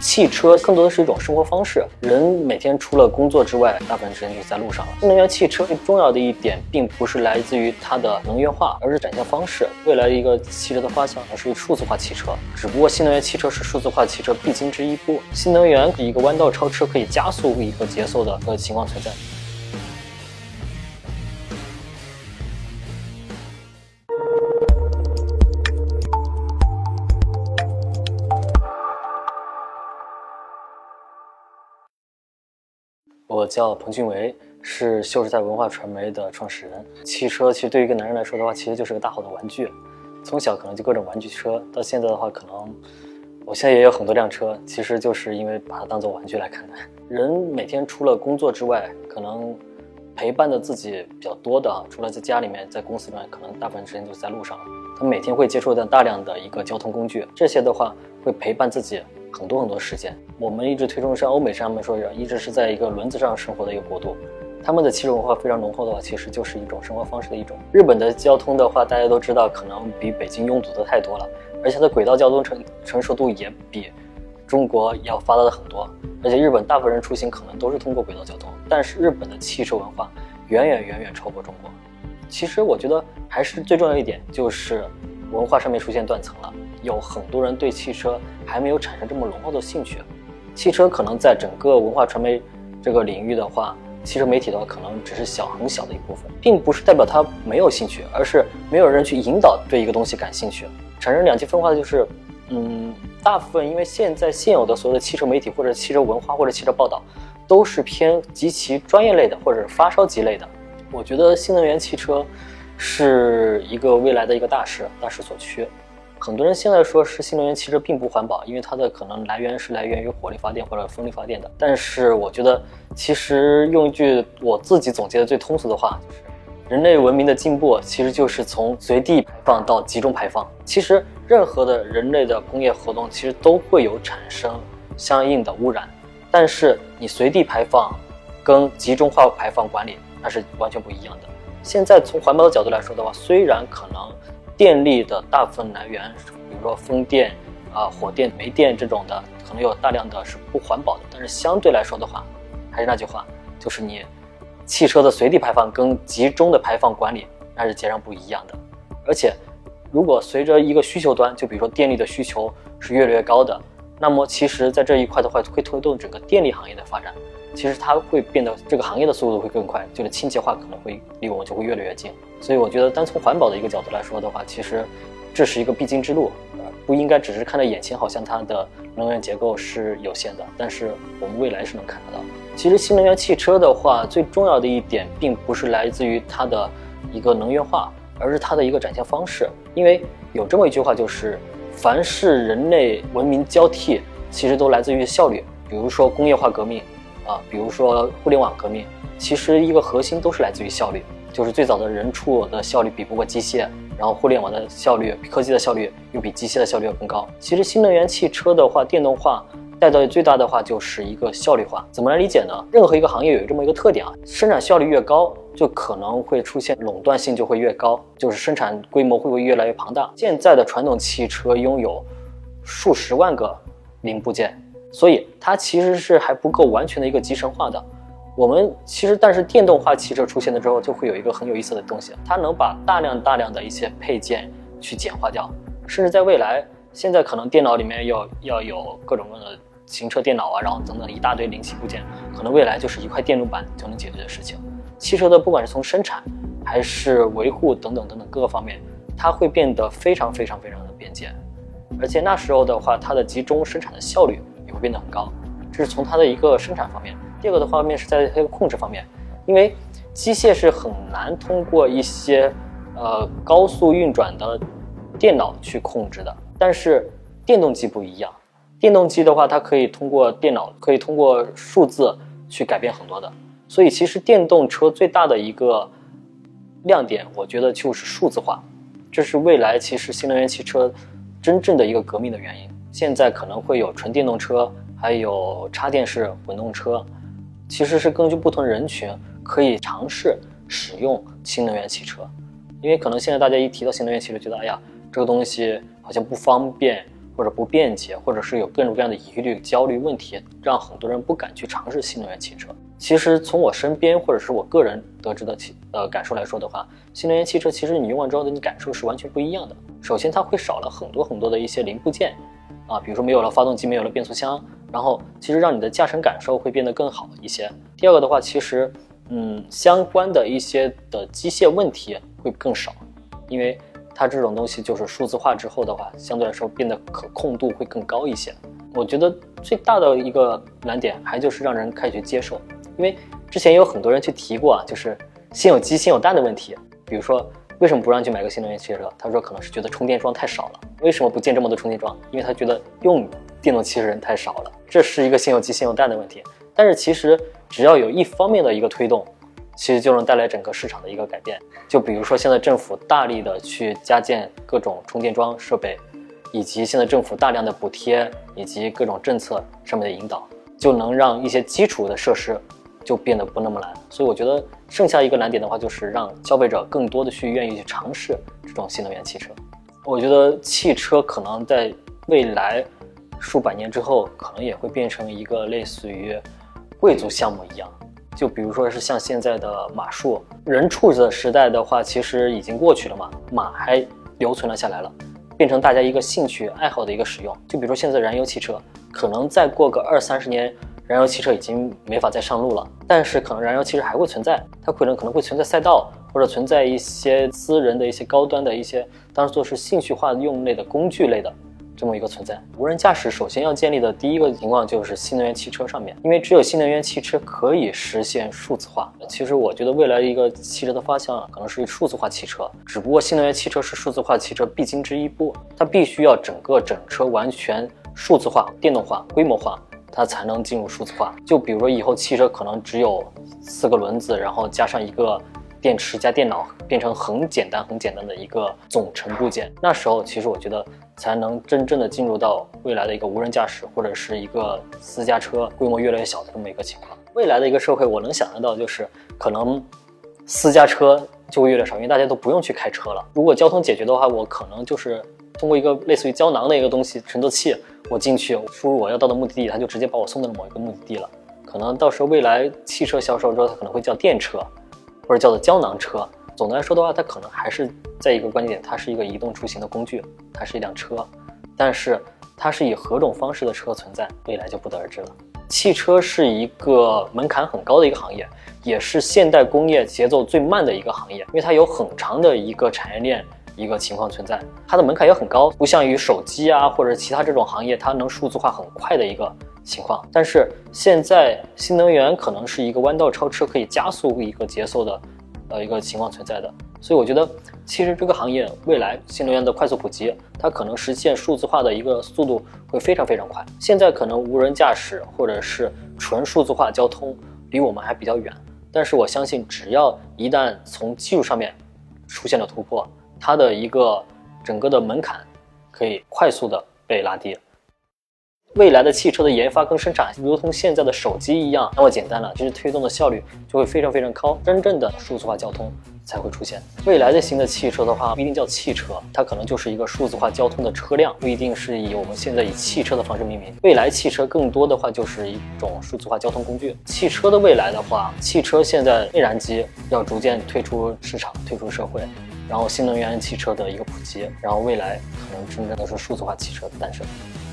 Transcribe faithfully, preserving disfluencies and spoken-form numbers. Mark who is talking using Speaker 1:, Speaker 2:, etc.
Speaker 1: 汽车更多的是一种生活方式，人每天除了工作之外，大部分时间就在路上了。新能源汽车最重要的一点，并不是来自于它的能源化，而是展现方式。未来一个汽车的方向是数字化汽车，只不过新能源汽车是数字化汽车必经之一步。新能源一个弯道超车可以加速一个节奏的一个情况存在。我叫彭俊维，是秀时代文化传媒的创始人。汽车其实对于一个男人来说的话，其实就是个大好的玩具。从小可能就各种玩具车，到现在的话，可能我现在也有很多辆车，其实就是因为把它当做玩具来看待。人每天除了工作之外，可能陪伴的自己比较多的，除了在家里面，在公司里面，可能大部分时间就是在路上了。他每天会接触到大量的一个交通工具，这些的话会陪伴自己很多很多时间。我们一直推崇像欧美上面说的，一直是在一个轮子上生活的一个国度，他们的汽车文化非常浓厚的话，其实就是一种生活方式的一种。日本的交通的话，大家都知道，可能比北京拥堵的太多了，而且它的轨道交通成成熟度也比中国要发达的很多。而且日本大部分人出行可能都是通过轨道交通，但是日本的汽车文化远远远远超过中国。其实我觉得还是最重要一点，就是文化上面出现断层了，有很多人对汽车还没有产生这么浓厚的兴趣。汽车可能在整个文化传媒这个领域的话，汽车媒体的话可能只是小很小的一部分，并不是代表他没有兴趣，而是没有人去引导对一个东西感兴趣。产生两极分化的就是，嗯，大部分因为现在现有的所有的汽车媒体或者汽车文化或者汽车报道，都是偏极其专业类的或者是发烧级类的。我觉得新能源汽车是一个未来的一个大势，大势所趋。很多人现在说是新能源汽车并不环保，因为它的可能来源是来源于火力发电或者风力发电的。但是我觉得，其实用一句我自己总结的最通俗的话，就是人类文明的进步其实就是从随地排放到集中排放。其实任何的人类的工业活动其实都会有产生相应的污染，但是你随地排放跟集中化排放管理那是完全不一样的。现在从环保的角度来说的话，虽然可能电力的大部分来源，比如说风电、啊、呃、火电、煤电这种的，可能有大量的是不环保的，但是相对来说的话，还是那句话，就是你汽车的随地排放跟集中的排放管理那是截然不一样的。而且，如果随着一个需求端，就比如说电力的需求是越来越高的，那么其实在这一块的话，会推动整个电力行业的发展。其实它会变得这个行业的速度会更快，就是清洁化可能会离我们就会越来越近。所以我觉得单从环保的一个角度来说的话，其实这是一个必经之路，呃，不应该只是看到眼前好像它的能源结构是有限的，但是我们未来是能看得到。其实新能源汽车的话，最重要的一点并不是来自于它的一个能源化，而是它的一个展现方式。因为有这么一句话，就是凡是人类文明交替，其实都来自于效率。比如说工业化革命啊，比如说互联网革命，其实一个核心都是来自于效率。就是最早的人畜的效率比不过机械，然后互联网的效率、科技的效率又比机械的效率要更高。其实新能源汽车的话，电动化带到最大的话就是一个效率化。怎么来理解呢？任何一个行业有这么一个特点啊，生产效率越高，就可能会出现垄断性就会越高，就是生产规模会不会越来越庞大。现在的传统汽车拥有数十万个零部件，所以它其实是还不够完全的一个集成化的。我们其实，但是电动化汽车出现了之后，就会有一个很有意思的东西，它能把大量大量的一些配件去简化掉，甚至在未来，现在可能电脑里面要要有各种各样的行车电脑啊，然后等等一大堆零器部件，可能未来就是一块电路板就能解决的事情。汽车的不管是从生产还是维护等等等等各个方面，它会变得非常非常非常的便捷，而且那时候的话，它的集中生产的效率也会变得很高，这是从它的一个生产方面。第二个的方面是在它的控制方面，因为机械是很难通过一些呃高速运转的电脑去控制的，但是电动机不一样，电动机的话，它可以通过电脑，可以通过数字去改变很多的。所以其实电动车最大的一个亮点，我觉得就是数字化，这是未来其实新能源汽车真正的一个革命的原因。现在可能会有纯电动车，还有插电式混动车。其实是根据不同人群可以尝试使用新能源汽车，因为可能现在大家一提到新能源汽车，觉得哎呀这个东西好像不方便， 或者不便捷，或者是有各种各样的疑虑、焦虑问题，让很多人不敢去尝试新能源汽车。其实从我身边或者是我个人得知的呃感受来说的话，新能源汽车其实你用完之后的你感受是完全不一样的。首先它会少了很多很多的一些零部件啊，比如说没有了发动机，没有了变速箱，然后其实让你的驾乘感受会变得更好一些。第二个的话，其实嗯相关的一些的机械问题会更少，因为它这种东西就是数字化之后的话，相对来说变得可控度会更高一些。我觉得最大的一个难点还就是让人开始去接受，因为之前也有很多人去提过啊，就是先有鸡先有蛋的问题。比如说为什么不让去买个新能源汽车？他说可能是觉得充电桩太少了。为什么不建这么多充电桩？因为他觉得用电动汽车人太少了。这是一个先有鸡先有蛋的问题。但是其实只要有一方面的一个推动，其实就能带来整个市场的一个改变。就比如说现在政府大力的去加建各种充电桩设备，以及现在政府大量的补贴以及各种政策上面的引导，就能让一些基础的设施就变得不那么难。所以我觉得剩下一个难点的话，就是让消费者更多的去愿意去尝试这种新能源汽车。我觉得汽车可能在未来数百年之后，可能也会变成一个类似于贵族项目一样。就比如说是像现在的马术，人畜的时代的话，其实已经过去了嘛，马还留存了下来了，变成大家一个兴趣爱好的一个使用。就比如说现在燃油汽车，可能再过个二三十年，燃油汽车已经没法再上路了，但是可能燃油汽车还会存在，它可能可能会存在赛道，或者存在一些私人的一些高端的一些当做是兴趣化用类的工具类的这么一个存在。无人驾驶首先要建立的第一个情况就是新能源汽车上面，因为只有新能源汽车可以实现数字化。其实我觉得未来一个汽车的方向可能是数字化汽车，只不过新能源汽车是数字化汽车必经之一步，它必须要整个整车完全数字化、电动化、规模化，它才能进入数字化。就比如说以后汽车可能只有四个轮子，然后加上一个电池加电脑，变成很简单很简单的一个总成部件。那时候其实我觉得才能真正的进入到未来的一个无人驾驶或者是一个私家车规模越来越小的这么一个情况。未来的一个社会我能想得到就是可能私家车就会越来越少，因为大家都不用去开车了。如果交通解决的话，我可能就是通过一个类似于胶囊的一个东西乘坐器，我进去输入我要到的目的地，它就直接把我送到某一个目的地了。可能到时候未来汽车销售之后，它可能会叫电车或者叫做胶囊车。总的来说的话，它可能还是在一个关键点，它是一个移动出行的工具，它是一辆车，但是它是以何种方式的车存在，未来就不得而知了。汽车是一个门槛很高的一个行业，也是现代工业节奏最慢的一个行业，因为它有很长的一个产业链一个情况存在，它的门槛也很高，不像于手机啊或者其他这种行业，它能数字化很快的一个情况。但是现在新能源可能是一个弯道超车，可以加速一个节奏的呃一个情况存在的。所以我觉得其实这个行业未来新能源的快速普及，它可能实现数字化的一个速度会非常非常快。现在可能无人驾驶或者是纯数字化交通离我们还比较远，但是我相信只要一旦从技术上面出现了突破，它的一个整个的门槛可以快速的被拉低。未来的汽车的研发跟生产如同现在的手机一样那么简单了，就是推动的效率就会非常非常高，真正的数字化交通才会出现。未来的新的汽车的话不一定叫汽车，它可能就是一个数字化交通的车辆，不一定是以我们现在以汽车的方式命名。未来汽车更多的话就是一种数字化交通工具。汽车的未来的话，汽车现在内燃机要逐渐退出市场退出社会，然后新能源汽车的一个普及，然后未来可能真正的是数字化汽车的诞生。